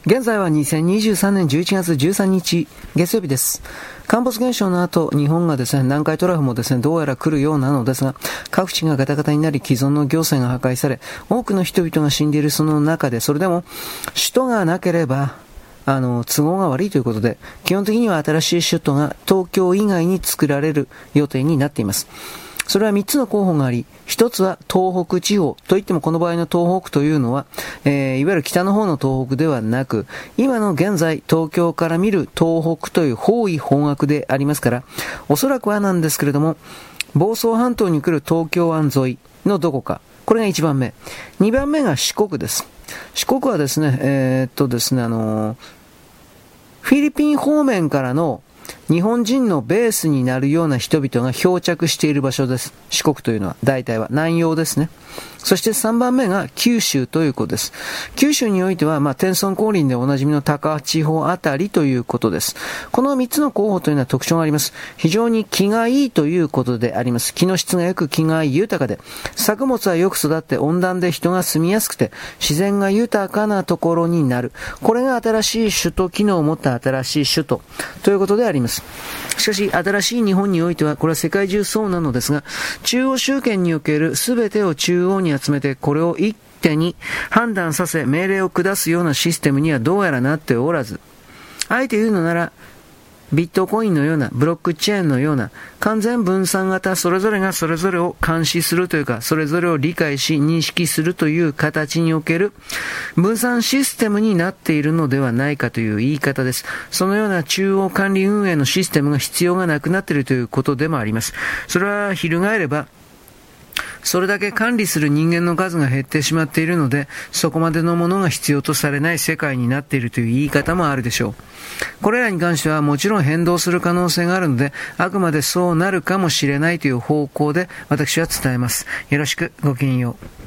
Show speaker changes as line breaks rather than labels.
現在は2023年11月13日月曜日です。陥没現象の後、日本がですね、南海トラフもですね、どうやら来るようなのですが、各地がガタガタになり、既存の行政が破壊され、多くの人々が死んでいるその中で、それでも首都がなければ都合が悪いということで、基本的には新しい首都が東京以外に作られる予定になっています。それは3つの候補があり、一つは東北地方といっても、この場合の東北というのは、いわゆる北の方の東北ではなく、今の現在東京から見る東北という方位方角でありますから、おそらくはなんですけれども、房総半島に来る東京湾沿いのどこか、これが1番目。2番目が四国です。四国はですね、フィリピン方面からの日本人のベースになるような人々が漂着している場所です。四国というのは大体は南洋ですね。そして3番目が九州ということです。九州においては、天孫降臨でおなじみの高千穂あたりということです。この3つの候補というのは特徴があります。非常に気がいいということであります。気の質がよく気が豊かで、作物はよく育って温暖で人が住みやすくて、自然が豊かなところになる。これが新しい首都機能を持った新しい首都ということであります。しかし、新しい日本においては、これは世界中そうなのですが、中央集権における全てを中央に集めて、これを一手に判断させ、命令を下すようなシステムにはどうやらなっておらず、あえて言うのなら、ビットコインのような、ブロックチェーンのような、完全分散型、それぞれがそれぞれを監視するというか、それぞれを理解し、認識するという形における、分散システムになっているのではないかという言い方です。そのような中央管理運営のシステムが必要がなくなっているということでもあります。それは翻れば、それだけ管理する人間の数が減ってしまっているので、そこまでのものが必要とされない世界になっているという言い方もあるでしょう。これらに関してはもちろん変動する可能性があるので、あくまでそうなるかもしれないという方向で私は伝えます。よろしく、ごきげんよう。